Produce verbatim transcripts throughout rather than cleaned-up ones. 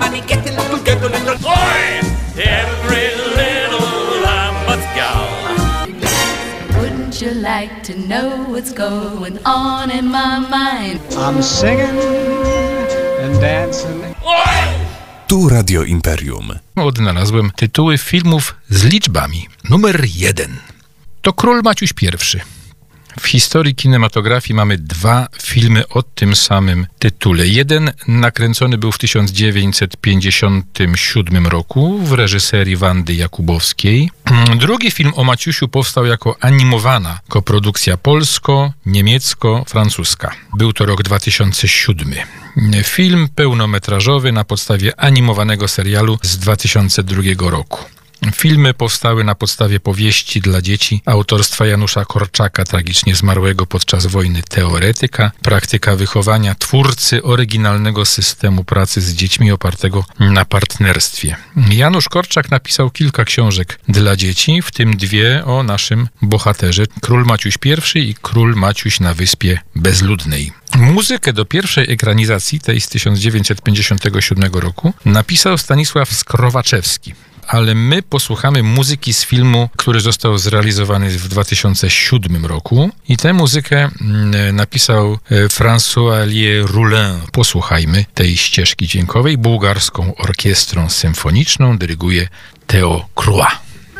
money, get a little, get a little. Boy, every little lamb but gal. Wouldn't you like to know what's going on in my mind? I'm singing and dancing. Tu Radio Imperium. Odnalazłem tytuły filmów z liczbami. Numer jeden. To Król Maciuś pierwszy. W historii kinematografii mamy dwa filmy o tym samym tytule. Jeden nakręcony był w tysiąc dziewięćset pięćdziesiątym siódmym roku w reżyserii Wandy Jakubowskiej. Drugi film o Maciusiu powstał jako animowana koprodukcja polsko-niemiecko-francuska. Był to rok dwa tysiące siódmy. Film pełnometrażowy na podstawie animowanego serialu z dwa tysiące drugiego roku. Filmy powstały na podstawie powieści dla dzieci autorstwa Janusza Korczaka, tragicznie zmarłego podczas wojny teoretyka, praktyka wychowania, twórcy oryginalnego systemu pracy z dziećmi opartego na partnerstwie. Janusz Korczak napisał kilka książek dla dzieci, w tym dwie o naszym bohaterze, Król Maciuś pierwszy i Król Maciuś na Wyspie Bezludnej. Muzykę do pierwszej ekranizacji, tej z tysiąc dziewięćset pięćdziesiątego siódmego roku, napisał Stanisław Skrowaczewski. Ale my posłuchamy muzyki z filmu, który został zrealizowany w dwa tysiące siódmym roku i tę muzykę napisał François Roulin. Posłuchajmy tej ścieżki dźwiękowej. Bułgarską orkiestrą symfoniczną dyryguje Theo Croix.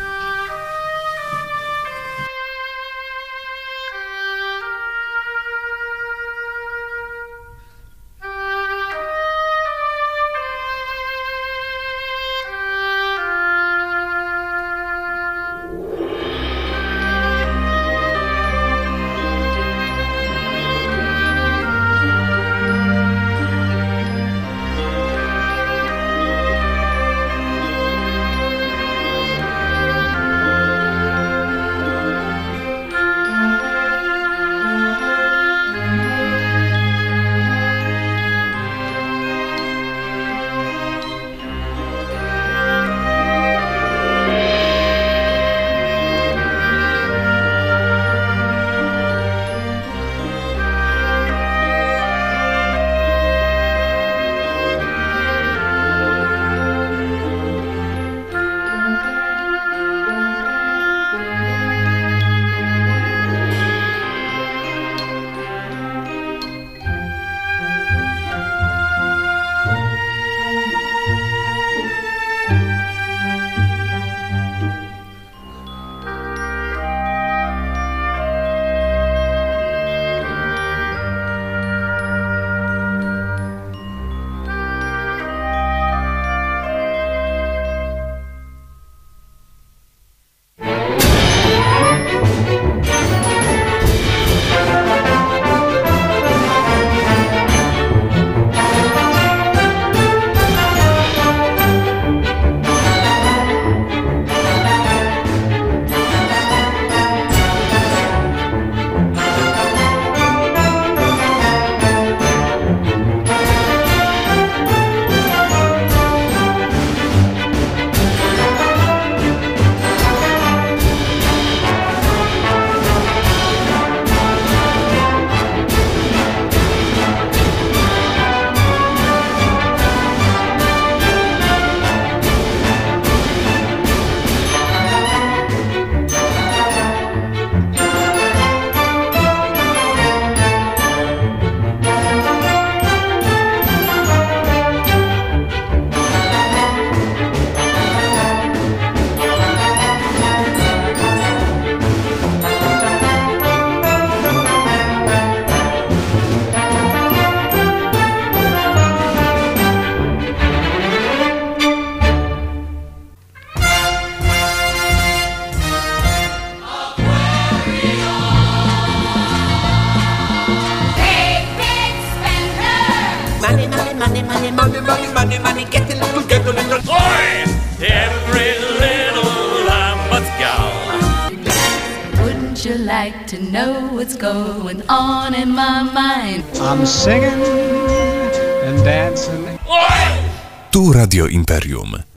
Money, money, money, money, money, money, money, money, get a little, get a little. Boy, every little lamb but gal. Wouldn't you like to know what's going on in my mind? I'm singing and dancing. Tu Radio Imperium.